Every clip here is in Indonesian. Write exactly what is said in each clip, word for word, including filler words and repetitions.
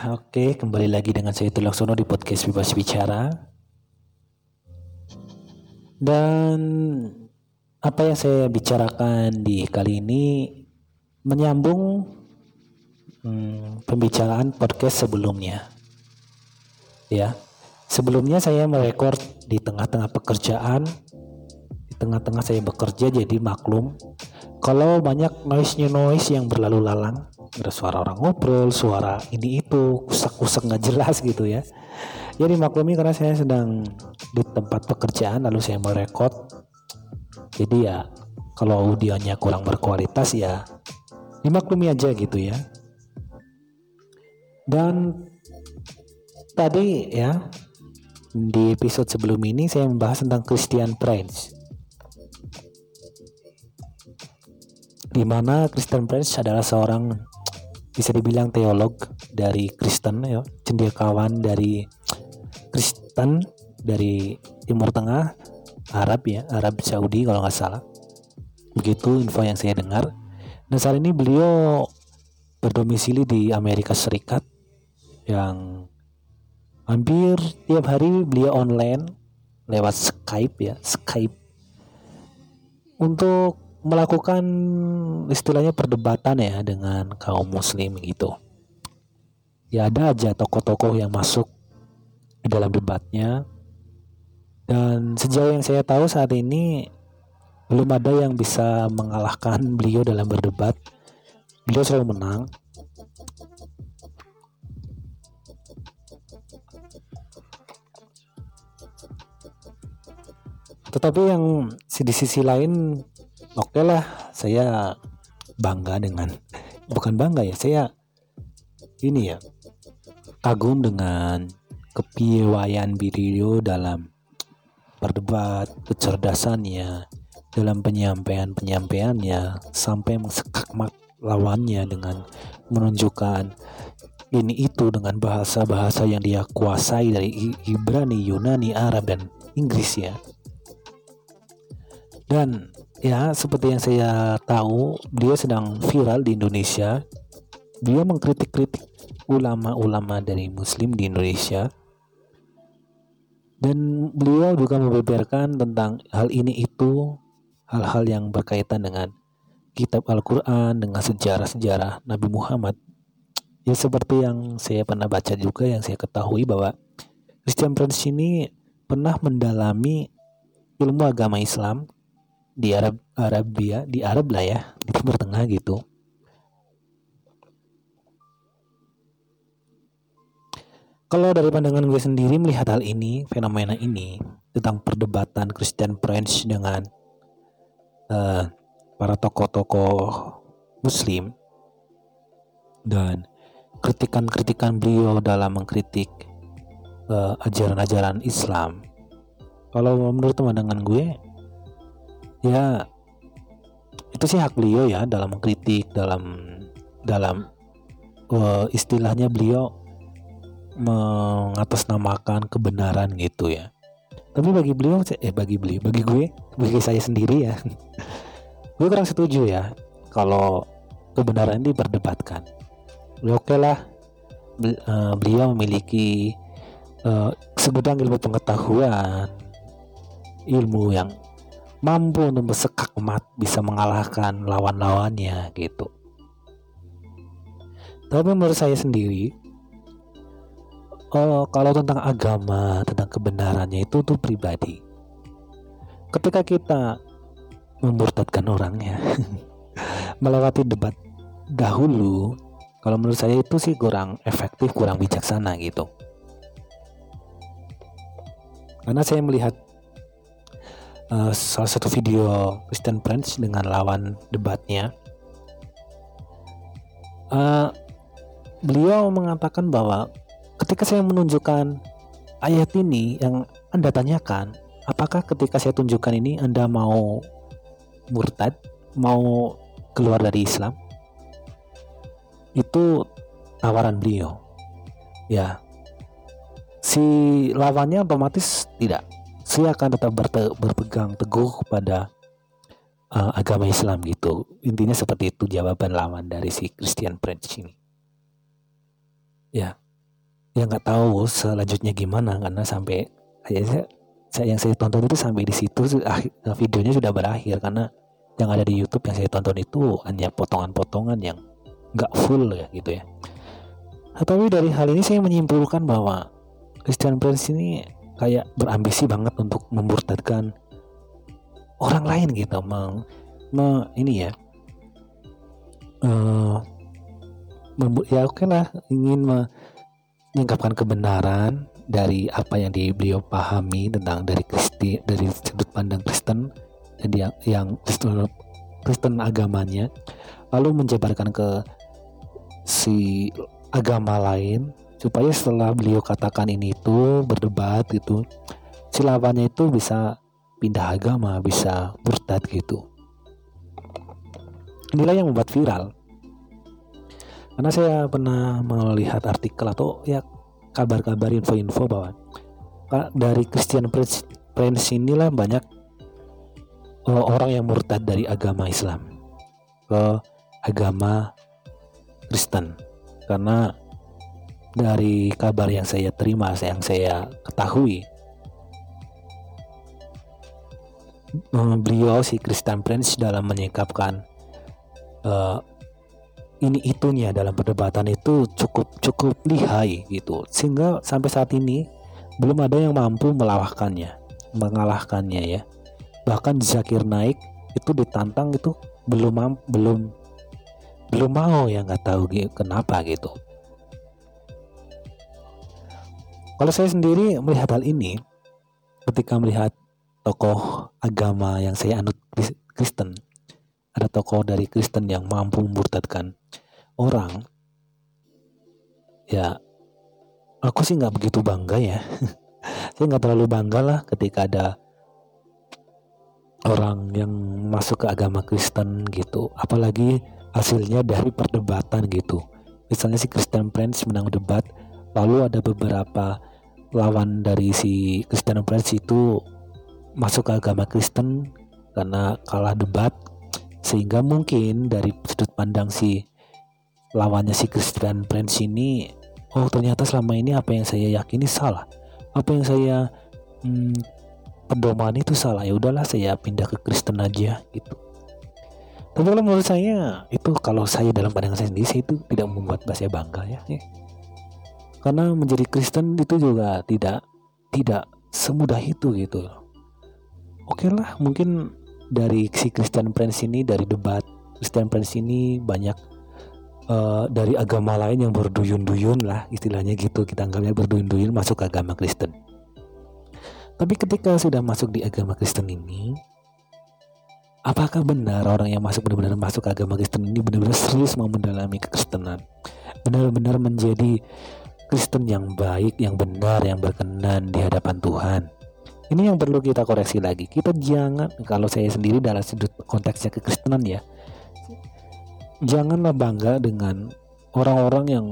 Oke, kembali lagi dengan saya Tulak Sono di podcast Bebas Bicara. Dan apa yang saya bicarakan di kali ini menyambung hmm, pembicaraan podcast sebelumnya. Ya, sebelumnya saya merekord di tengah-tengah pekerjaan, di tengah-tengah saya bekerja, jadi maklum kalau banyak noise-nya noise yang berlalu lalang, ada suara orang ngobrol, suara ini itu, kusak-kusak nggak jelas gitu ya. Jadi maklumi karena saya sedang di tempat pekerjaan lalu saya merekod. Jadi ya kalau audionya kurang berkualitas ya dimaklumi aja gitu ya. Dan tadi ya di episode sebelum ini saya membahas tentang Christian Prince, di mana Christian Prince adalah seorang bisa dibilang teolog dari Kristen ya, cendekiawan dari Kristen dari Timur Tengah, Arab ya, Arab Saudi kalau nggak salah. Begitu info yang saya dengar. Dan saat ini beliau berdomisili di Amerika Serikat, yang hampir tiap hari beliau online lewat Skype ya, Skype untuk melakukan istilahnya perdebatan ya dengan kaum muslim gitu. Ya ada aja tokoh-tokoh yang masuk di dalam debatnya. Dan sejauh yang saya tahu saat ini belum ada yang bisa mengalahkan beliau dalam berdebat. Beliau selalu menang. Tetapi yang di sisi lain, oke okay lah, saya bangga dengan, bukan bangga ya, saya ini ya, kagum dengan kepiawaian beliau dalam berdebat, kecerdasannya dalam penyampaian-penyampaiannya sampai mengsekakmat lawannya dengan menunjukkan ini itu dengan bahasa-bahasa yang dia kuasai dari Ibrani, Yunani, Arab, dan Inggris ya. Dan ya seperti yang saya tahu, beliau sedang viral di Indonesia. Beliau mengkritik-kritik ulama-ulama dari Muslim di Indonesia. Dan beliau juga membeberkan tentang hal ini itu, hal-hal yang berkaitan dengan kitab Al-Quran, dengan sejarah-sejarah Nabi Muhammad. Ya seperti yang saya pernah baca juga, yang saya ketahui bahwa Christian Prince ini pernah mendalami ilmu agama Islam di Arab Arabia, di Arab lah ya, di Timur Tengah gitu. Kalau dari pandangan gue sendiri melihat hal ini, fenomena ini tentang perdebatan Christian Prince dengan uh, para tokoh-tokoh Muslim dan kritikan-kritikan beliau dalam mengkritik uh, ajaran-ajaran Islam. Kalau menurut pandangan gue, ya itu sih hak beliau ya dalam mengkritik, dalam dalam uh, istilahnya beliau mengatasnamakan kebenaran gitu ya. Tapi bagi beliau, eh bagi beliau, bagi gue, bagi saya sendiri ya, gue kurang setuju ya kalau kebenaran ini diperdebatkan. Ya oke lah, beliau memiliki uh, segudang ilmu pengetahuan, ilmu yang mampu untuk bersekakmat, bisa mengalahkan lawan-lawannya gitu. Tapi menurut saya sendiri, oh, kalau tentang agama, tentang kebenarannya itu tuh pribadi. Ketika kita memurtadkan orang ya, melewati debat dahulu, kalau menurut saya itu sih kurang efektif, kurang bijaksana gitu. Karena saya melihat uh, salah satu video Christian Prince dengan lawan debatnya, uh, beliau mengatakan bahwa ketika saya menunjukkan ayat ini yang Anda tanyakan, apakah ketika saya tunjukkan ini Anda mau murtad, mau keluar dari Islam? Itu tawaran beliau. Ya, si lawannya otomatis tidak. Saya akan tetap berte- berpegang teguh pada uh, agama Islam gitu. Intinya seperti itu jawaban lawan dari si Christian Prince ini. Ya. ya nggak tahu selanjutnya gimana, karena sampai kayaknya saya yang saya tonton itu sampai di situ videonya sudah berakhir, karena yang ada di YouTube yang saya tonton itu hanya potongan-potongan yang nggak full ya gitu ya. Tapi dari hal ini saya menyimpulkan bahwa Christian Prince ini kayak berambisi banget untuk memurtadkan orang lain gitu, meng, me, ini ya, uh, membu- ya oke lah, ingin menyingkapkan kebenaran dari apa yang di beliau pahami tentang dari Kristi, dari sudut pandang Kristen dan yang, yang Kristen, Kristen agamanya, lalu menjabarkan ke si agama lain, supaya setelah beliau katakan ini itu berdebat gitu, si lawannya itu bisa pindah agama, bisa murtad gitu. Inilah yang membuat viral. Karena saya pernah melihat artikel atau ya kabar-kabar, info-info bahwa dari Christian Prince, Prince inilah banyak uh, orang yang murtad dari agama Islam ke agama Kristen. Karena dari kabar yang saya terima, yang saya ketahui, beliau si Christian Prince dalam menyingkapkan uh, ini itunya dalam perdebatan itu cukup cukup lihai gitu, sehingga sampai saat ini belum ada yang mampu melawahkannya, mengalahkannya ya. Bahkan Zakir Naik itu ditantang itu belum belum belum mau, ya nggak tahu kenapa gitu. Kalau saya sendiri melihat hal ini, ketika melihat tokoh agama yang saya anut Kristen, ada tokoh dari Kristen yang mampu memurtadkan orang, ya aku sih nggak begitu bangga ya. Saya nggak terlalu bangga lah ketika ada orang yang masuk ke agama Kristen gitu, apalagi hasilnya dari perdebatan gitu. Misalnya si Christian Prince menang debat, lalu ada beberapa lawan dari si Christian Prince itu masuk ke agama Kristen karena kalah debat, sehingga mungkin dari sudut pandang si lawannya si Christian Prince ini, oh ternyata selama ini apa yang saya yakini salah, apa yang saya hmm, pedoman itu salah, ya udahlah saya pindah ke Kristen aja gitu. Tapi kalau menurut saya itu, kalau saya dalam pandangan saya sendiri, saya itu tidak membuat saya bangga ya, ya. Karena menjadi Kristen itu juga tidak tidak semudah itu gitu. Oke lah, mungkin dari si Christian Prince ini, dari debat Christian Prince ini banyak uh, dari agama lain yang berduyun-duyun lah istilahnya gitu, kita anggapnya berduyun-duyun masuk ke agama Kristen. Tapi ketika sudah masuk di agama Kristen ini, apakah benar orang yang masuk benar-benar masuk ke agama Kristen ini benar-benar serius mau mendalami kekristenan, benar-benar menjadi Kristen yang baik, yang benar, yang berkenan di hadapan Tuhan? Ini yang perlu kita koreksi lagi. Kita jangan, kalau saya sendiri dalam sudut konteksnya kekristenan ya, janganlah bangga dengan orang-orang yang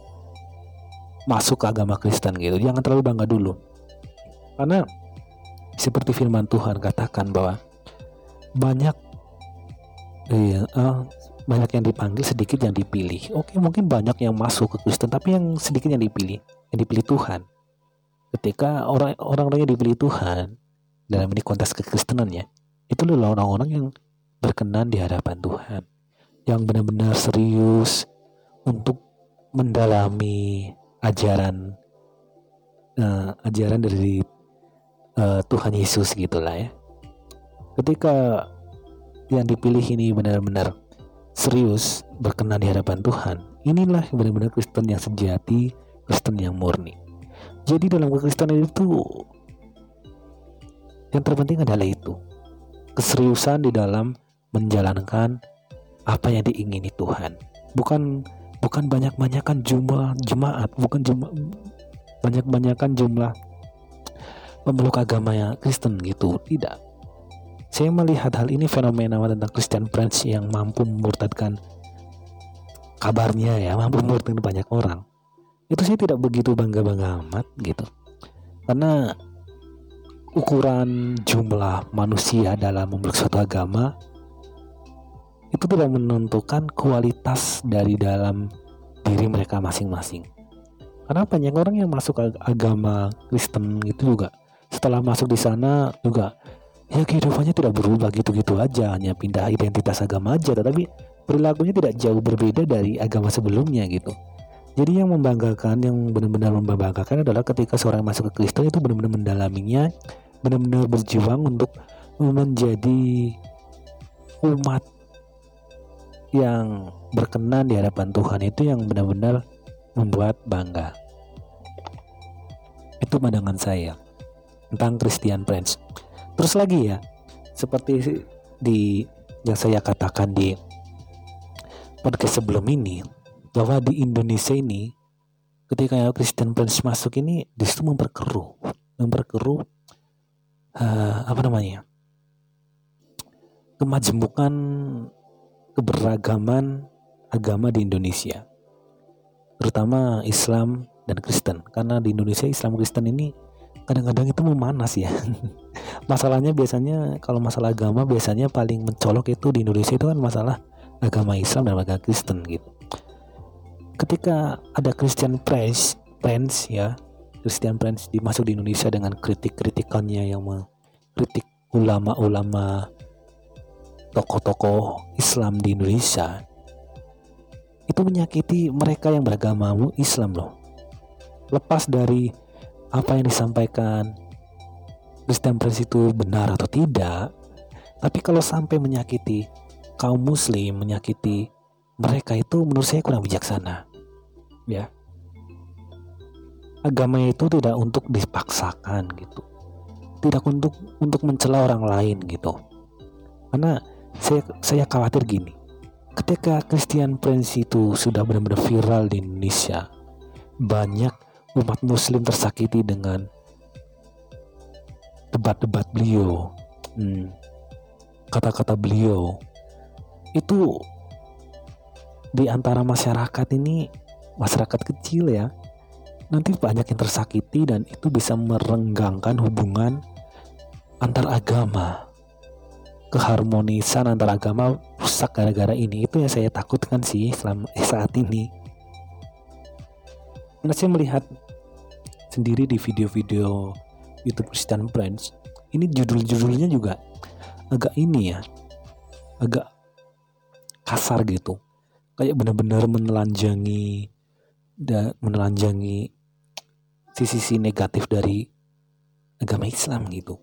masuk ke agama Kristen gitu. Jangan terlalu bangga dulu. Karena seperti firman Tuhan katakan bahwa banyak iya, uh, banyak yang dipanggil, sedikit yang dipilih. Oke, mungkin banyak yang masuk ke Kristen, tapi yang sedikit yang dipilih, yang dipilih Tuhan. Ketika orang orang yang dipilih Tuhan dalam ini konteks kekristenannya, itu adalah orang-orang yang berkenan di hadapan Tuhan, yang benar-benar serius untuk mendalami ajaran uh, ajaran dari uh, Tuhan Yesus gitulah ya. Ketika yang dipilih ini benar-benar serius berkenan di hadapan Tuhan, inilah benar-benar Kristen yang sejati, Kristen yang murni. Jadi dalam kekristenan itu yang terpenting adalah itu, keseriusan di dalam menjalankan apa yang diingini Tuhan. Bukan bukan banyak-banyakan jumlah jemaat, bukan jumlah banyak-banyakan jumlah pemeluk agama yang Kristen gitu, tidak. Saya melihat hal ini fenomena tentang Christian Prince yang mampu memurtadkan, kabarnya ya, mampu memurtadkan banyak orang. Itu saya tidak begitu bangga-bangga amat gitu. Karena ukuran jumlah manusia dalam memeluk suatu agama itu tidak menentukan kualitas dari dalam diri mereka masing-masing. Karena banyak orang yang masuk ag- agama Kristen itu juga setelah masuk di sana juga ya kehidupannya tidak berubah gitu-gitu aja, hanya pindah identitas agama aja, tetapi perilakunya tidak jauh berbeda dari agama sebelumnya gitu. Jadi yang membanggakan, yang benar-benar membanggakan adalah ketika seorang masuk ke Kristen itu benar-benar mendalaminya, benar-benar berjuang untuk menjadi umat yang berkenan di hadapan Tuhan. Itu yang benar-benar membuat bangga. Itu pandangan saya tentang Christian Friends. Terus lagi ya, seperti di yang saya katakan di podcast sebelum ini, bahwa di Indonesia ini ketika Christian Friends masuk ini justru memperkeruh memperkeruh uh, apa namanya kemajemukan keberagaman agama di Indonesia, terutama Islam dan Kristen. Karena di Indonesia Islam Kristen ini kadang-kadang itu memanas ya. Masalahnya biasanya kalau masalah agama biasanya paling mencolok itu di Indonesia itu kan masalah agama Islam dan agama Kristen gitu. Ketika ada Christian Friends, Friends ya, Christian Friends dimasuk di Indonesia dengan kritik-kritikannya yang mengkritik ulama-ulama, tokoh-tokoh Islam di Indonesia, itu menyakiti mereka yang beragama Islam loh. Lepas dari apa yang disampaikan Christian Friends itu benar atau tidak, tapi kalau sampai menyakiti kaum muslim, menyakiti mereka, itu menurut saya kurang bijaksana ya. Agama itu tidak untuk dipaksakan gitu, tidak untuk untuk mencela orang lain gitu. Karena saya saya khawatir gini, ketika Christian Friends itu sudah benar-benar viral di Indonesia, banyak umat muslim tersakiti dengan debat-debat beliau, hmm, kata-kata beliau itu di antara masyarakat ini, masyarakat kecil ya, nanti banyak yang tersakiti dan itu bisa merenggangkan hubungan antar agama, keharmonisan antar agama rusak gara-gara ini. Itu yang saya takutkan sih selama eh, saat ini. Karena saya melihat sendiri di video-video YouTube Christian Friends, ini judul-judulnya juga agak ini ya, agak kasar gitu, kayak benar-benar menelanjangi dan menelanjangi sisi-sisi negatif dari agama Islam gitu.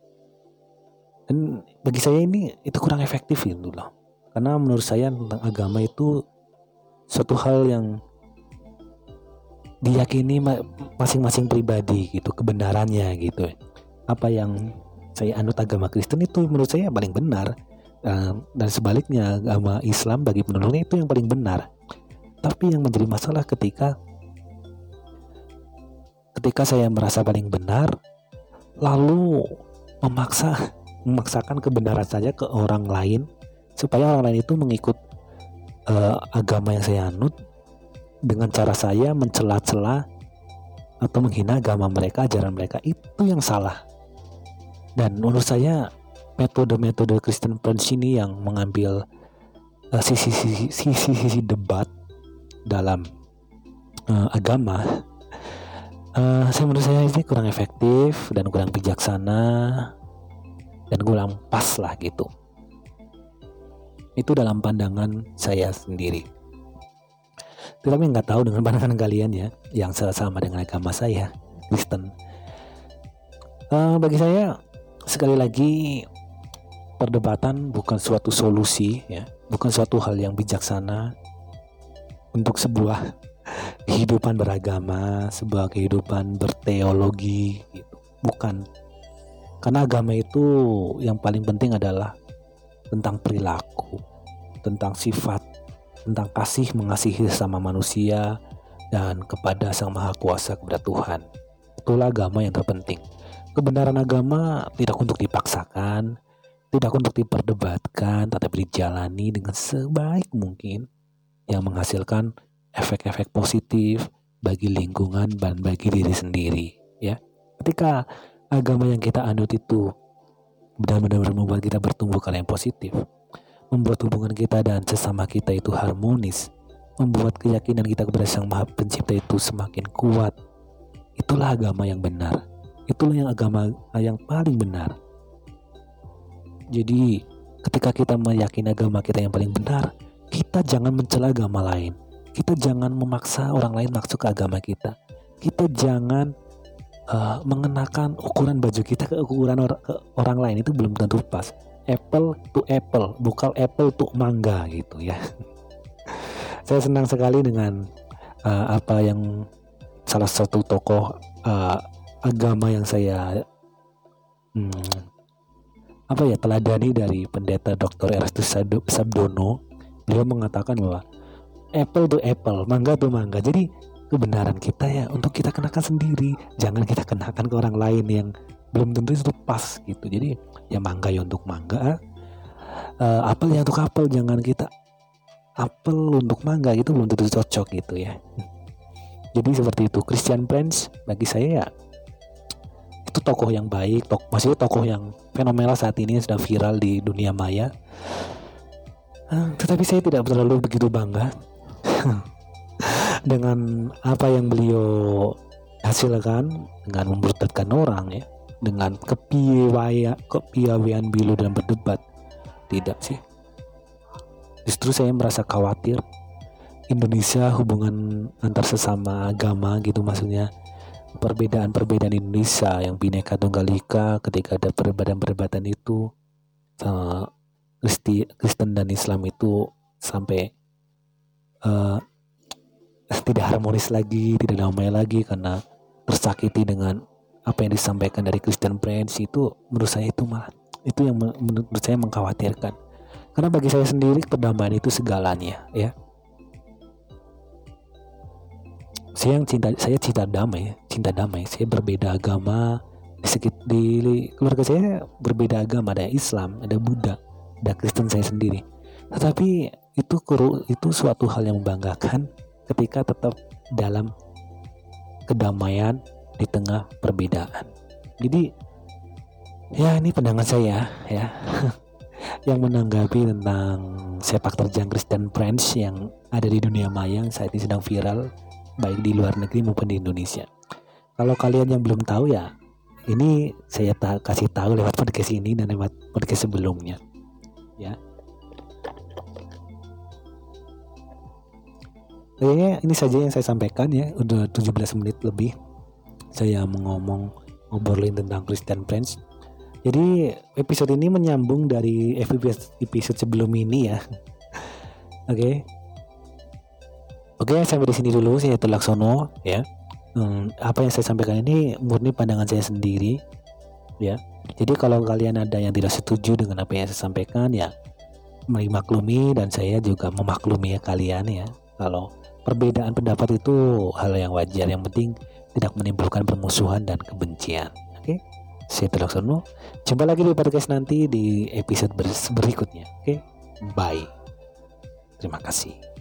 Dan bagi saya ini itu kurang efektif gitu loh. Karena menurut saya tentang agama itu suatu hal yang diyakini masing-masing pribadi gitu, kebenarannya gitu. Apa yang saya anut agama Kristen itu menurut saya paling benar, dan sebaliknya agama Islam bagi penurunnya itu yang paling benar. Tapi yang menjadi masalah ketika ketika saya merasa paling benar lalu memaksa memaksakan kebenaran saja ke orang lain supaya orang lain itu mengikut uh, agama yang saya anut dengan cara saya mencela-cela atau menghina agama mereka, ajaran mereka. Itu yang salah. Dan menurut saya metode-metode Christian Friends ini yang mengambil uh, sisi-sisi debat dalam uh, agama, uh, saya menurut saya ini kurang efektif dan kurang bijaksana dan kurang pas lah gitu. Itu dalam pandangan saya sendiri. Tapi nggak tahu dengan pandangan kalian ya, yang sama dengan agama saya, Kristen. Uh, bagi saya sekali lagi, perdebatan bukan suatu solusi ya, bukan suatu hal yang bijaksana untuk sebuah kehidupan beragama, sebuah kehidupan berteologi gitu. Bukan. Karena agama itu yang paling penting adalah tentang perilaku, tentang sifat, tentang kasih mengasihi sesama manusia dan kepada Sang Maha Kuasa, kepada Tuhan. Itulah agama yang terpenting. Kebenaran agama tidak untuk dipaksakan, tidak untuk diperdebatkan, tetapi dijalani dengan sebaik mungkin yang menghasilkan efek-efek positif bagi lingkungan dan bagi diri sendiri ya. Ketika agama yang kita anut itu benar-benar membuat kita bertumbuh ke arah yang positif, membuat hubungan kita dan sesama kita itu harmonis, membuat keyakinan kita kepada Sang Maha Pencipta itu semakin kuat. Itulah agama yang benar. Itulah yang agama yang paling benar. Jadi ketika kita meyakini agama kita yang paling benar, kita jangan mencela agama lain. Kita jangan memaksa orang lain masuk ke agama kita. Kita jangan uh, mengenakan ukuran baju kita ke ukuran or- ke orang lain. Itu belum tentu pas. Apple to apple, bukan apple to mangga gitu ya. Saya senang sekali dengan uh, apa yang salah satu tokoh uh, agama yang saya hmm, apa ya teladani dari pendeta doktor Erastus Sabdono. Beliau mengatakan bahwa apple to apple, mangga to mangga. Jadi kebenaran kita ya untuk kita kenakan sendiri, jangan kita kenakan ke orang lain yang belum tentu itu pas gitu. Jadi ya mangga ya untuk mangga, uh, apel ya untuk apel, jangan kita apel untuk mangga, itu belum tentu cocok gitu ya. Jadi seperti itu. Christian Prince bagi saya ya itu tokoh yang baik, tok, maksudnya tokoh yang fenomenal saat ini, sudah viral di dunia maya. Uh, tetapi saya tidak terlalu begitu bangga dengan apa yang beliau hasilkan dengan memberdatkan orang ya, dengan kepiawaian kepiawaian beliau dalam berdebat. Tidak sih. Justru saya merasa khawatir Indonesia, hubungan antar sesama agama gitu, maksudnya perbedaan-perbedaan Indonesia yang Bhinneka Tunggal Ika, ketika ada perdebatan-perdebatan itu uh, Kristi, Kristen dan Islam itu sampai uh, tidak harmonis lagi, tidak damai lagi karena tersakiti dengan apa yang disampaikan dari Christian Prince. Itu menurut saya itu malah itu yang menurut saya mengkhawatirkan. Karena bagi saya sendiri perdamaian itu segalanya ya. Saya yang cinta, saya cinta damai, cinta damai. Saya berbeda agama, di sekitar di keluarga saya berbeda agama, ada Islam, ada Buddha, ada Kristen saya sendiri. Tetapi itu itu suatu hal yang membanggakan ketika tetap dalam kedamaian di tengah perbedaan. Jadi ya ini pandangan saya ya. Yang menanggapi tentang sepak terjang Christian Prince yang ada di dunia maya yang saat ini sedang viral baik di luar negeri maupun di Indonesia. Kalau kalian yang belum tahu ya, ini saya ta- kasih tahu lewat podcast ini dan lewat podcast sebelumnya ya. Kayaknya ini saja yang saya sampaikan ya, udah tujuh belas menit lebih saya mengomong ngobrolin tentang Christian Prince. Jadi episode ini menyambung dari episode, episode sebelum ini ya. Oke. Okay. Oke, okay, sampai di sini dulu. Saya Telaksono ya. Hmm, apa yang saya sampaikan ini murni pandangan saya sendiri ya. Jadi kalau kalian ada yang tidak setuju dengan apa yang saya sampaikan ya, memaklumi, dan saya juga memaklumi ya kalian ya. Kalau perbedaan pendapat itu hal yang wajar, yang penting tidak menimbulkan permusuhan dan kebencian. Oke. Okay? Saya Telaksono. Jumpa lagi di podcast nanti di episode berikutnya. Oke, okay? Bye. Terima kasih.